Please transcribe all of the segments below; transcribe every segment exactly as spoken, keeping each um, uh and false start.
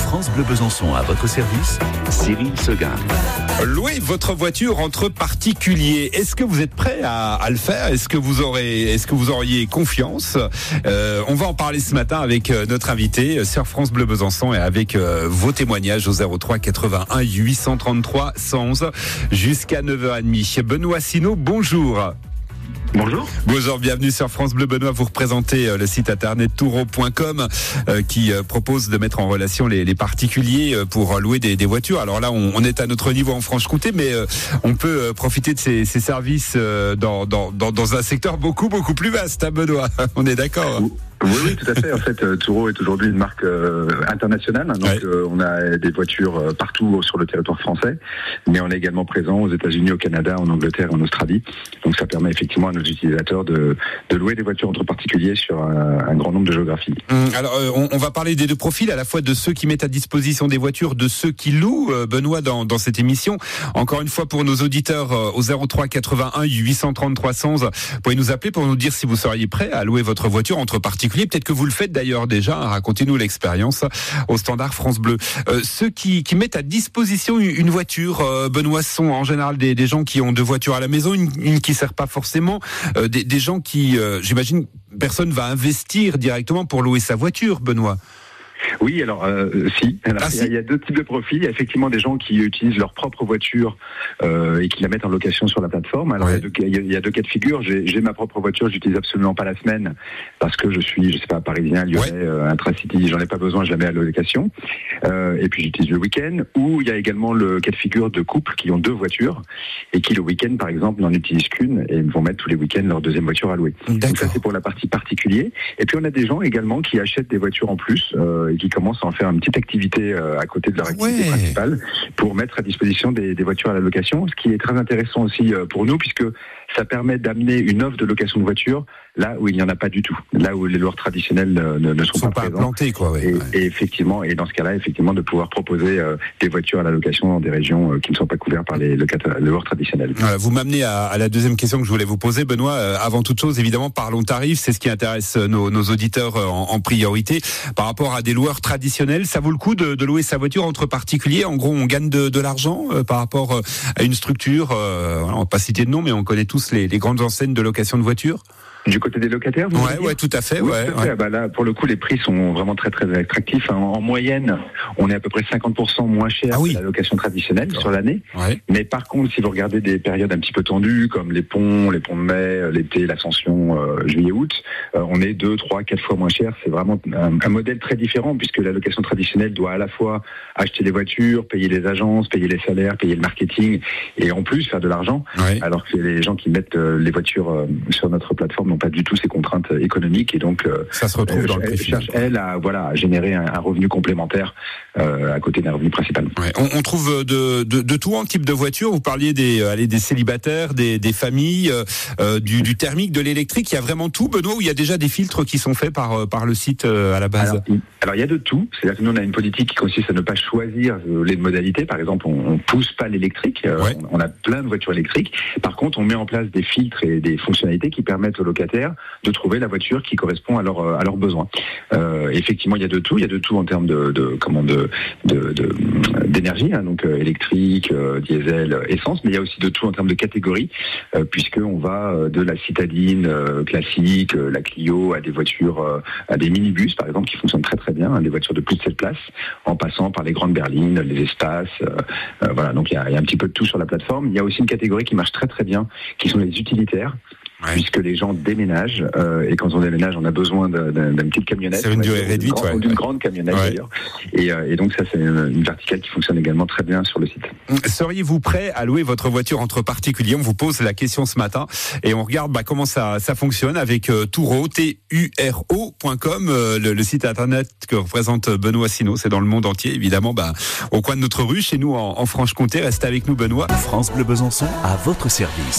France Bleu Besançon à votre service, Cyril Seguin. Louez votre voiture entre particuliers. Est-ce que vous êtes prêt à, à le faire? Est-ce que vous aurez, est-ce que vous auriez confiance? euh, On va en parler ce matin avec notre invité sur France Bleu Besançon et avec euh, vos témoignages au zéro trois quatre-vingt-un huit cent trente-trois cent onze jusqu'à neuf heures trente. Benoît Sinault, bonjour. Bonjour. Bonjour, bienvenue sur France Bleu. Benoît, vous représentez le site internet touro point com euh, qui euh, propose de mettre en relation les, les particuliers pour louer des, des voitures. Alors là, on, on est à notre niveau en Franche-Comté, mais euh, on peut euh, profiter de ces, ces services euh, dans, dans, dans, dans un secteur beaucoup, beaucoup plus vaste, hein, Benoît. On est d'accord? Oui, oui, tout à fait. En fait, euh, Touro est aujourd'hui une marque euh, internationale. Donc, ouais. euh, on a des voitures euh, partout sur le territoire français, mais on est également présent aux États-Unis, au Canada, en Angleterre et en Australie. Donc, ça permet effectivement à nos utilisateurs de, de louer des voitures entre particuliers sur un, un grand nombre de géographies. Hum, alors, euh, on, on va parler des deux profils, à la fois de ceux qui mettent à disposition des voitures, de ceux qui louent, euh, Benoît, dans, dans cette émission. Encore une fois, pour nos auditeurs, euh, au zéro trois quatre-vingt-un huit cent trente-trois cent onze, vous pouvez nous appeler pour nous dire si vous seriez prêt à louer votre voiture entre particuliers. Peut-être que vous le faites d'ailleurs déjà, hein, racontez-nous l'expérience au standard France Bleu. Euh, ceux qui, qui mettent à disposition une voiture, euh, Benoît, sont en général des, des gens qui ont deux voitures à la maison, une, une qui ne sert pas forcément, euh, des, des gens qui, euh, j'imagine, personne va investir directement pour louer sa voiture, Benoît. Oui, alors euh, si. Alors, ah, il, y a, si. il y a deux types de profils. Il y a effectivement des gens qui utilisent leur propre voiture euh, et qui la mettent en location sur la plateforme. Alors ouais. il, y a deux, il, y a, il y a deux cas de figure. J'ai, j'ai ma propre voiture, j'utilise absolument pas la semaine parce que je suis, je sais pas, parisien, lyonnais, ouais. euh, intracity, j'en ai pas besoin, je la mets à la location. Euh, et puis j'utilise le week-end. Ou il y a également le cas de figure de couples qui ont deux voitures et qui le week-end, par exemple, n'en utilisent qu'une et vont mettre tous les week-ends leur deuxième voiture à louer. D'accord. Donc ça c'est pour la partie particulier. Et puis on a des gens également qui achètent des voitures en plus euh, et qui commencent à en faire une petite activité euh, à côté de leur activité ouais. principale pour mettre à disposition des, des voitures à la location, ce qui est très intéressant aussi euh, pour nous puisque ça permet d'amener une offre de location de voitures là où il n'y en a pas du tout, là où les loueurs traditionnels euh, ne, ne sont, sont pas, pas présents. Implantés, quoi, ouais. Et, ouais. et effectivement, et dans ce cas-là, effectivement, de pouvoir proposer euh, des voitures à la location dans des régions euh, qui ne sont pas couvertes par les, les loueurs traditionnels. Voilà, vous m'amenez à, à la deuxième question que je voulais vous poser, Benoît. Euh, avant toute chose, évidemment, parlons tarifs, c'est ce qui intéresse nos, nos auditeurs en, en priorité. Par rapport à des loueurs traditionnels, ça vaut le coup de, de louer sa voiture entre particuliers? En gros, on gagne de, de l'argent euh, par rapport euh, à une structure, euh, on ne va pas citer de nom, mais on connaît tous les, les grandes enseignes de location de voitures. Du côté des locataires, vous ouais, ouais, tout à fait. Oui, ouais, tout à fait. Ouais. Bah là, pour le coup, les prix sont vraiment très très attractifs. En, en moyenne, on est à peu près cinquante pour cent moins cher ah oui. que la location traditionnelle D'accord. sur l'année. Ouais. Mais par contre, si vous regardez des périodes un petit peu tendues, comme les ponts, les ponts de mai, l'été, l'ascension, euh, juillet-août, euh, on est deux, trois, quatre fois moins cher. C'est vraiment un, un modèle très différent puisque la location traditionnelle doit à la fois acheter les voitures, payer les agences, payer les salaires, payer le marketing et en plus faire de l'argent. Ouais. Alors que les gens qui mettent euh, les voitures euh, sur notre plateforme n'ont pas du tout ces contraintes économique et donc euh, ça se retrouve euh, dans le prix cherche elle à voilà à générer un, un revenu complémentaire euh, à côté d'un revenu principal. Ouais. On, on trouve de, de, de tout en type de voiture. Vous parliez des allez, des célibataires, des, des familles, euh, du, du thermique, de l'électrique. Il y a vraiment tout, Benoît, où il y a déjà des filtres qui sont faits par par le site euh, à la base. Alors, alors il y a de tout. C'est-à-dire que nous on a une politique qui consiste à ne pas choisir les modalités. Par exemple, on, on pousse pas l'électrique. Euh, ouais. on, on a plein de voitures électriques. Par contre, on met en place des filtres et des fonctionnalités qui permettent aux locataires de trouver la voiture qui correspond à leurs à leurs besoins. Euh, effectivement, il y a de tout, il y a de tout en termes de, de comment de, de, de d'énergie, hein, donc euh, électrique, euh, diesel, essence, mais il y a aussi de tout en termes de catégories, euh, puisque on va euh, de la citadine euh, classique, euh, la Clio, à des voitures, euh, à des minibus par exemple qui fonctionnent très très bien, hein, des voitures de plus de sept places, en passant par les grandes berlines, les espaces, euh, euh, voilà. Donc il y a, il y a un petit peu de tout sur la plateforme. Il y a aussi une catégorie qui marche très très bien, qui sont les utilitaires. Ouais. Puisque les gens déménagent euh, et quand on déménage, on a besoin d'un, d'un, d'une petite camionnette. C'est une durée réduite, d'une, ouais. d'une grande camionnette ouais. d'ailleurs. Et, euh, et donc ça, c'est une, une verticale qui fonctionne également très bien sur le site. Seriez-vous prêt à louer votre voiture entre particuliers? On vous pose la question ce matin et on regarde bah, comment ça, ça fonctionne avec euh, Touro, T U R O point com, euh, le, le site internet que représente Benoît Sinault. C'est dans le monde entier, évidemment, bah, au coin de notre rue, chez nous en, en Franche-Comté. Restez avec nous, Benoît. France Bleu Besançon à votre service.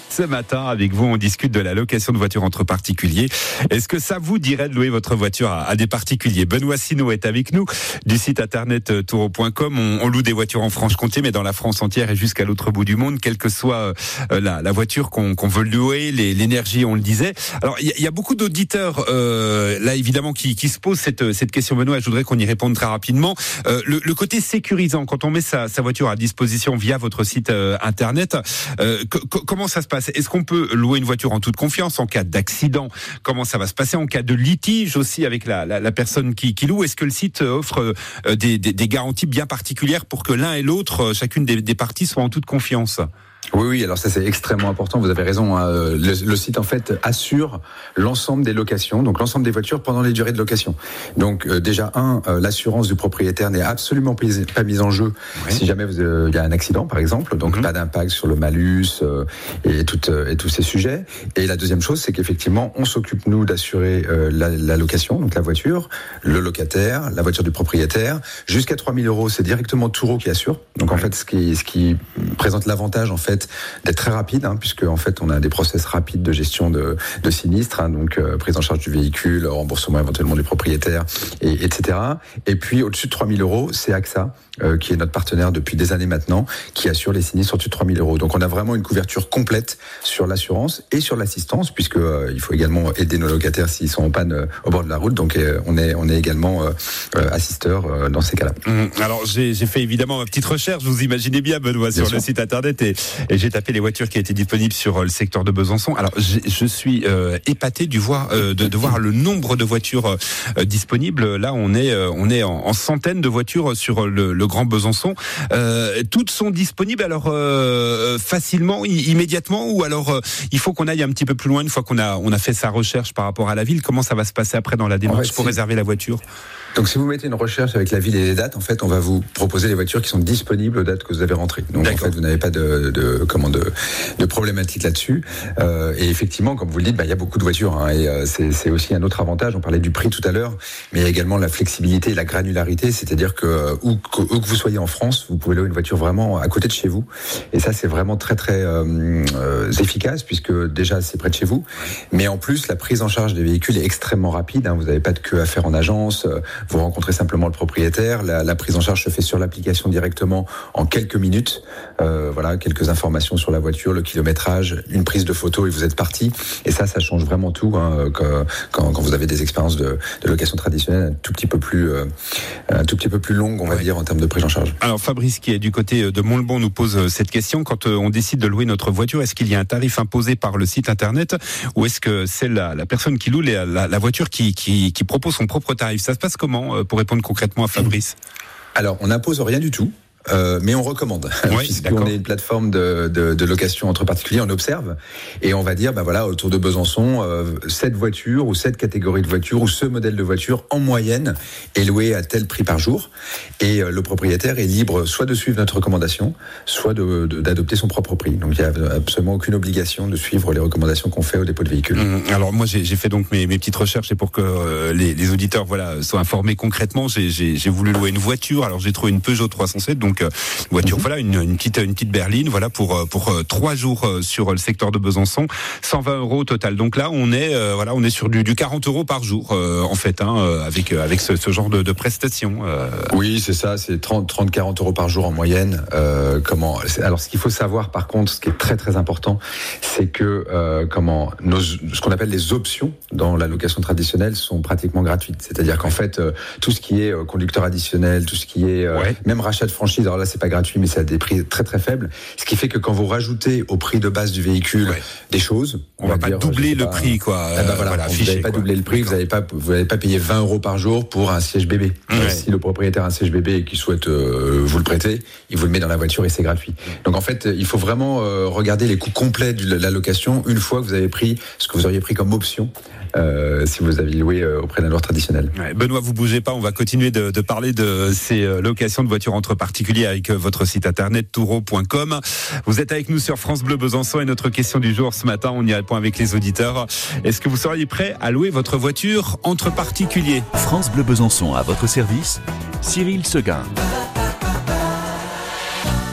Ce matin, avec vous, on discute de la location de voitures entre particuliers. Est-ce que ça vous dirait de louer votre voiture à, à des particuliers? Benoît Sinault est avec nous du site internet toureau point com. On, on loue des voitures en Franche-Comté, mais dans la France entière et jusqu'à l'autre bout du monde, quelle que soit euh, la, la voiture qu'on, qu'on veut louer, les, l'énergie, on le disait. Alors, il y, y a beaucoup d'auditeurs, euh, là, évidemment, qui, qui se posent cette, cette question, Benoît, et je voudrais qu'on y réponde très rapidement. Euh, le, le côté sécurisant, quand on met sa, sa voiture à disposition via votre site euh, internet, euh, co- comment ça se passe? Est-ce qu'on peut louer une voiture en toute confiance en cas d'accident? Comment ça va se passer en cas de litige aussi avec la, la, la personne qui, qui loue? Est-ce que le site offre euh, des, des, des garanties bien particulières pour que l'un et l'autre, chacune des, des parties, soient en toute confiance? Oui, oui, alors ça c'est extrêmement important, vous avez raison. Hein. Le, le site en fait assure l'ensemble des locations, donc l'ensemble des voitures pendant les durées de location. Donc euh, déjà, un, euh, l'assurance du propriétaire n'est absolument pas mise en jeu oui. si jamais il euh, y a un accident par exemple, donc mm-hmm. pas d'impact sur le malus euh, et, tout, euh, et tous ces sujets. Et la deuxième chose, c'est qu'effectivement, on s'occupe nous d'assurer euh, la, la location, donc la voiture, le locataire, la voiture du propriétaire. Jusqu'à trois mille euros, c'est directement Toureau qui assure. Donc en fait, ce qui, ce qui présente l'avantage en fait d'être très rapide, hein, puisque en fait on a des process rapides de gestion de, de sinistres, hein, donc euh, prise en charge du véhicule, remboursement éventuellement du propriétaire, et, etc. Et puis au-dessus de trois mille euros, c'est A X A, euh, qui est notre partenaire depuis des années maintenant, qui assure les sinistres au-dessus de trois mille euros. Donc on a vraiment une couverture complète sur l'assurance et sur l'assistance, puisque euh, il faut également aider nos locataires s'ils sont en panne euh, au bord de la route. Donc euh, on est on est également euh, euh, assisteur euh, dans ces cas-là. Mmh. Alors j'ai, j'ai fait évidemment ma petite recherche. Vous imaginez bien, Benoît, bien sur sûr. Le site internet et, et j'ai tapé les voitures qui étaient disponibles sur le secteur de Besançon. Alors, je suis euh, épaté du voir, euh, de, de voir le nombre de voitures euh, disponibles. Là, on est, euh, on est en, en centaines de voitures sur le, le Grand Besançon. Euh, toutes sont disponibles alors euh, facilement, i- immédiatement, ou alors euh, il faut qu'on aille un petit peu plus loin une fois qu'on a, on a fait sa recherche par rapport à la ville. Comment ça va se passer après dans la démarche ouais, pour si... réserver la voiture? Donc si vous mettez une recherche avec la ville et les dates, en fait, on va vous proposer les voitures qui sont disponibles aux dates que vous avez rentrées. Donc D'accord. en fait, vous n'avez pas de, de comment de, de problématique là-dessus. Euh, et effectivement, comme vous le dites, bah il y a beaucoup de voitures, hein, et euh, c'est, c'est aussi un autre avantage. On parlait du prix tout à l'heure, mais il y a également la flexibilité et la granularité, c'est-à-dire que euh, où, que où que vous soyez en France, vous pouvez louer une voiture vraiment à côté de chez vous. Et ça, c'est vraiment très très euh, euh, efficace puisque déjà c'est près de chez vous, mais en plus la prise en charge des véhicules est extrêmement rapide. Hein, vous n'avez pas de queue à faire en agence. Euh, Vous rencontrez simplement le propriétaire. La, la prise en charge se fait sur l'application directement en quelques minutes. Euh, voilà, quelques informations sur la voiture, le kilométrage, une prise de photo et vous êtes parti. Et ça, ça change vraiment tout hein, quand, quand vous avez des expériences de, de location traditionnelle un tout petit peu plus, euh, un tout petit peu plus longues, on va ouais. dire, en termes de prise en charge. Alors Fabrice, qui est du côté de Montleban, nous pose cette question. Quand on décide de louer notre voiture, est-ce qu'il y a un tarif imposé par le site internet ou est-ce que c'est la, la personne qui loue la, la, la voiture qui, qui, qui propose son propre tarif? Ça se passe comment, pour répondre concrètement à Fabrice? Alors, on n'impose rien du tout. Euh, mais on recommande, oui, puisqu'on est une plateforme de, de, de location entre particuliers, on observe et on va dire, bah voilà, autour de Besançon, euh, cette voiture ou cette catégorie de voiture ou ce modèle de voiture en moyenne est loué à tel prix par jour et euh, le propriétaire est libre soit de suivre notre recommandation, soit de, de, d'adopter son propre prix. Donc il n'y a absolument aucune obligation de suivre les recommandations qu'on fait au dépôt de véhicule. Mmh, alors moi j'ai, j'ai fait donc mes, mes petites recherches et pour que euh, les, les auditeurs voilà soient informés concrètement, j'ai, j'ai, j'ai voulu louer une voiture. Alors j'ai trouvé une Peugeot trois cent sept, donc Donc une voiture, mmh. voilà, une, une petite une petite berline, voilà pour pour trois jours sur le secteur de Besançon, cent vingt euros au total. Donc là, on est euh, voilà, on est sur du, du quarante euros par jour euh, en fait, hein, avec avec ce, ce genre de, de prestations. Euh. Oui, c'est ça, c'est trente à quarante euros par jour en moyenne. Euh, comment Alors, ce qu'il faut savoir, par contre, ce qui est très très important, c'est que euh, comment nos, ce qu'on appelle les options dans la location traditionnelle sont pratiquement gratuites. C'est-à-dire qu'en fait, euh, tout ce qui est euh, conducteur additionnel, tout ce qui est euh, ouais. même rachat de franchise. Alors là, c'est pas gratuit, mais c'est à des prix très très faibles. Ce qui fait que quand vous rajoutez au prix de base du véhicule ouais. des choses, on, on va, va pas dire, doubler le pas, prix, quoi. Eh ben voilà, voilà, vous n'allez pas doubler le prix, vous n'allez pas, vous n'allez pas payer vingt euros par jour pour un siège bébé. Ouais. Si le propriétaire a un siège bébé et qu'il souhaite euh, vous le prêter, il vous le met dans la voiture et c'est gratuit. Donc en fait, il faut vraiment euh, regarder les coûts complets de la location une fois que vous avez pris ce que vous auriez pris comme option. Euh, si vous aviez loué euh, auprès d'un loueur traditionnel. Ouais, Benoît, vous bougez pas, on va continuer de, de parler de ces euh, locations de voitures entre particuliers avec euh, votre site internet toureau point com. Vous êtes avec nous sur France Bleu Besançon et notre question du jour ce matin, on y répond avec les auditeurs. Est-ce que vous seriez prêt à louer votre voiture entre particuliers? France Bleu Besançon à votre service, Cyril Seguin.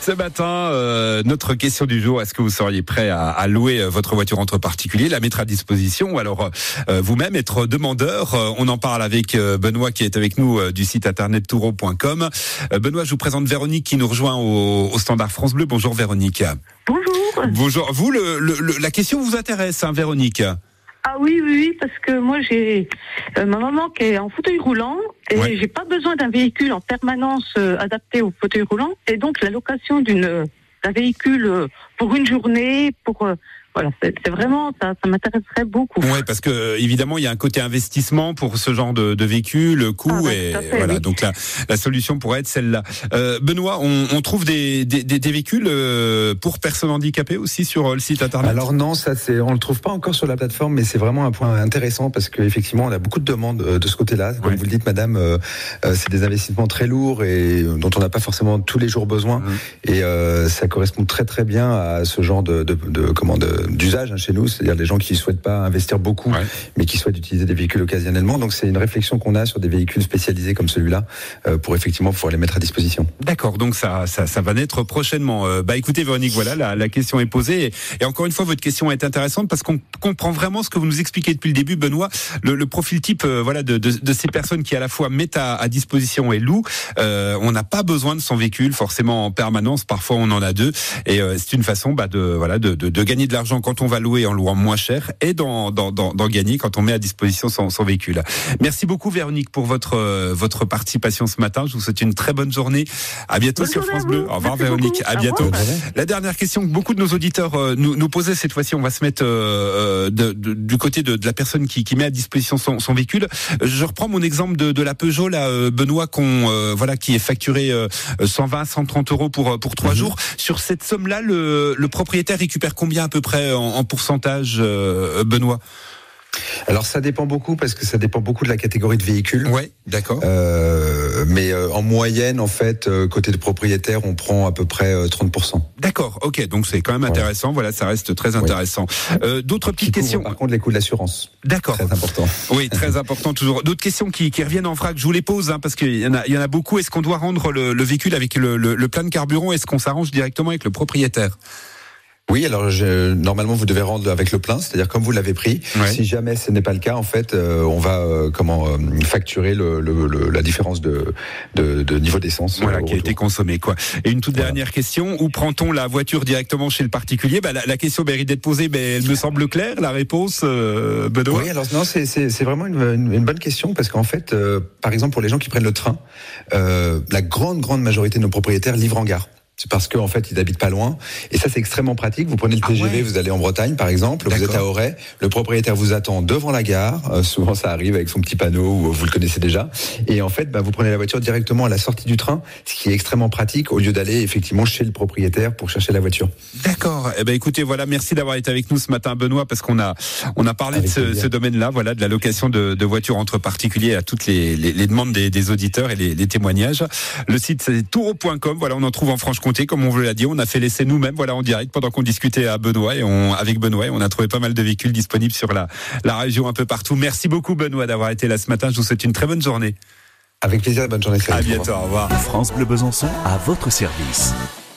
Ce matin, euh, notre question du jour, est-ce que vous seriez prêt à, à louer votre voiture entre particuliers, la mettre à disposition ou alors euh, vous-même être demandeur? euh, On en parle avec euh, Benoît qui est avec nous euh, du site internet touro point com. Euh, Benoît, je vous présente Véronique qui nous rejoint au, au Standard France Bleu. Bonjour Véronique. Bonjour. Bonjour. Vous, le, le, le, la question vous intéresse, hein, Véronique? Ah oui, oui, oui, parce que moi j'ai euh, ma maman qui est en fauteuil roulant et ouais. j'ai pas besoin d'un véhicule en permanence euh, adapté au fauteuil roulant, et donc la location d'une d'un véhicule euh, pour une journée, pour euh, voilà, c'est, c'est vraiment ça, ça m'intéresserait beaucoup. Oui, parce que évidemment il y a un côté investissement pour ce genre de, de véhicule, coût, ah, bah, et fait, voilà. Oui. Donc la, la solution pourrait être celle-là. Euh, Benoît, on, on trouve des, des, des véhicules euh, pour personnes handicapées aussi sur le site internet. Alors non, ça c'est, on le trouve pas encore sur la plateforme, mais c'est vraiment un point intéressant parce qu'effectivement on a beaucoup de demandes de ce côté-là. Comme oui. vous le dites, Madame, euh, c'est des investissements très lourds et dont on n'a pas forcément tous les jours besoin. Mmh. Et euh, ça correspond très très bien à ce genre de, de, de comment de d'usage hein, chez nous, c'est-à-dire des gens qui ne souhaitent pas investir beaucoup, ouais. mais qui souhaitent utiliser des véhicules occasionnellement. Donc c'est une réflexion qu'on a sur des véhicules spécialisés comme celui-là euh, pour effectivement pouvoir les mettre à disposition. D'accord, donc ça, ça, ça va naître prochainement. Euh, bah écoutez Véronique, voilà, la, la question est posée. Et, et encore une fois, votre question est intéressante parce qu'on comprend vraiment ce que vous nous expliquez depuis le début, Benoît, le, le profil type euh, voilà, de, de, de ces personnes qui à la fois mettent à, à disposition et louent. Euh, on n'a pas besoin de son véhicule forcément en permanence, parfois on en a deux. Et euh, c'est une façon bah, de, voilà, de, de, de gagner de l'argent quand on va louer en louant moins cher et d'en, d'en, d'en, d'en gagner quand on met à disposition son, son véhicule. Merci beaucoup Véronique pour votre, euh, votre participation ce matin. Je vous souhaite une très bonne journée. À bientôt bonne sur France Bleu. Au revoir Merci Véronique. Beaucoup. À bientôt. La dernière question que beaucoup de nos auditeurs euh, nous, nous posaient cette fois-ci, on va se mettre euh, de, de, du côté de, de la personne qui, qui met à disposition son, son véhicule. Je reprends mon exemple de, de la Peugeot là, euh, Benoît, qu'on, euh, voilà, qui est facturé euh, cent vingt, cent trente euros pour pour trois mmh. jours. Sur cette somme-là, le, le propriétaire récupère combien à peu près en, en pourcentage, euh, Benoît? Alors ça dépend beaucoup parce que ça dépend beaucoup de la catégorie de véhicule. Ouais, d'accord. Euh, mais euh, en moyenne, en fait, euh, côté de propriétaire, on prend à peu près euh, trente pour cent. D'accord, ok, donc c'est quand même intéressant. Ouais. Voilà, ça reste très intéressant. Oui. Euh, d'autres petites qui questions. Couvre, par contre, les coûts de l'assurance. D'accord. Très important. Oui, très important toujours. D'autres questions qui, qui reviennent en vrac. Je vous les pose hein, parce qu'il y en a, il y en a beaucoup. Est-ce qu'on doit rendre le, le véhicule avec le, le, le plein de carburant? Est-ce qu'on s'arrange directement avec le propriétaire? Oui, alors je, normalement vous devez rendre avec le plein, c'est-à-dire comme vous l'avez pris. Ouais. Si jamais ce n'est pas le cas, en fait, euh, on va euh, comment euh, facturer le, le, le, la différence de, de, de niveau d'essence. Voilà, qui a été consommé, quoi. Et une toute voilà. dernière question, où prend-on la voiture directement chez le particulier? Bah, la, la question mérite d'être posée, mais elle me semble claire. La réponse, euh, Benoît. Oui, alors non, c'est, c'est, c'est vraiment une, une, une bonne question parce qu'en fait, euh, par exemple, pour les gens qui prennent le train, euh, la grande grande majorité de nos propriétaires livrent en gare. C'est parce qu'en fait, ils habitent pas loin. Et ça, c'est extrêmement pratique. Vous prenez le T G V, ah ouais. vous allez en Bretagne, par exemple. D'accord. Vous êtes à Auray. Le propriétaire vous attend devant la gare. Euh, souvent, ça arrive avec son petit panneau ou vous le connaissez déjà. Et en fait, bah, vous prenez la voiture directement à la sortie du train, ce qui est extrêmement pratique au lieu d'aller effectivement chez le propriétaire pour chercher la voiture. D'accord. Eh ben, écoutez, voilà, merci d'avoir été avec nous ce matin, Benoît, parce qu'on a, on a parlé avec de ce, ce domaine-là, voilà, de la location de, de voitures entre particuliers à toutes les, les, les demandes des, des auditeurs et les, les témoignages. Le site, c'est touro point com. Voilà, on en trouve en Franche-Comté, comme on vous l'a dit. On a fait l'essai nous-mêmes, voilà, en direct, pendant qu'on discutait à Benoît et on, avec Benoît, et on a trouvé pas mal de véhicules disponibles sur la, la région un peu partout. Merci beaucoup, Benoît, d'avoir été là ce matin. Je vous souhaite une très bonne journée. Avec plaisir, bonne journée. À bientôt, au revoir. France Bleu Besançon, à votre service.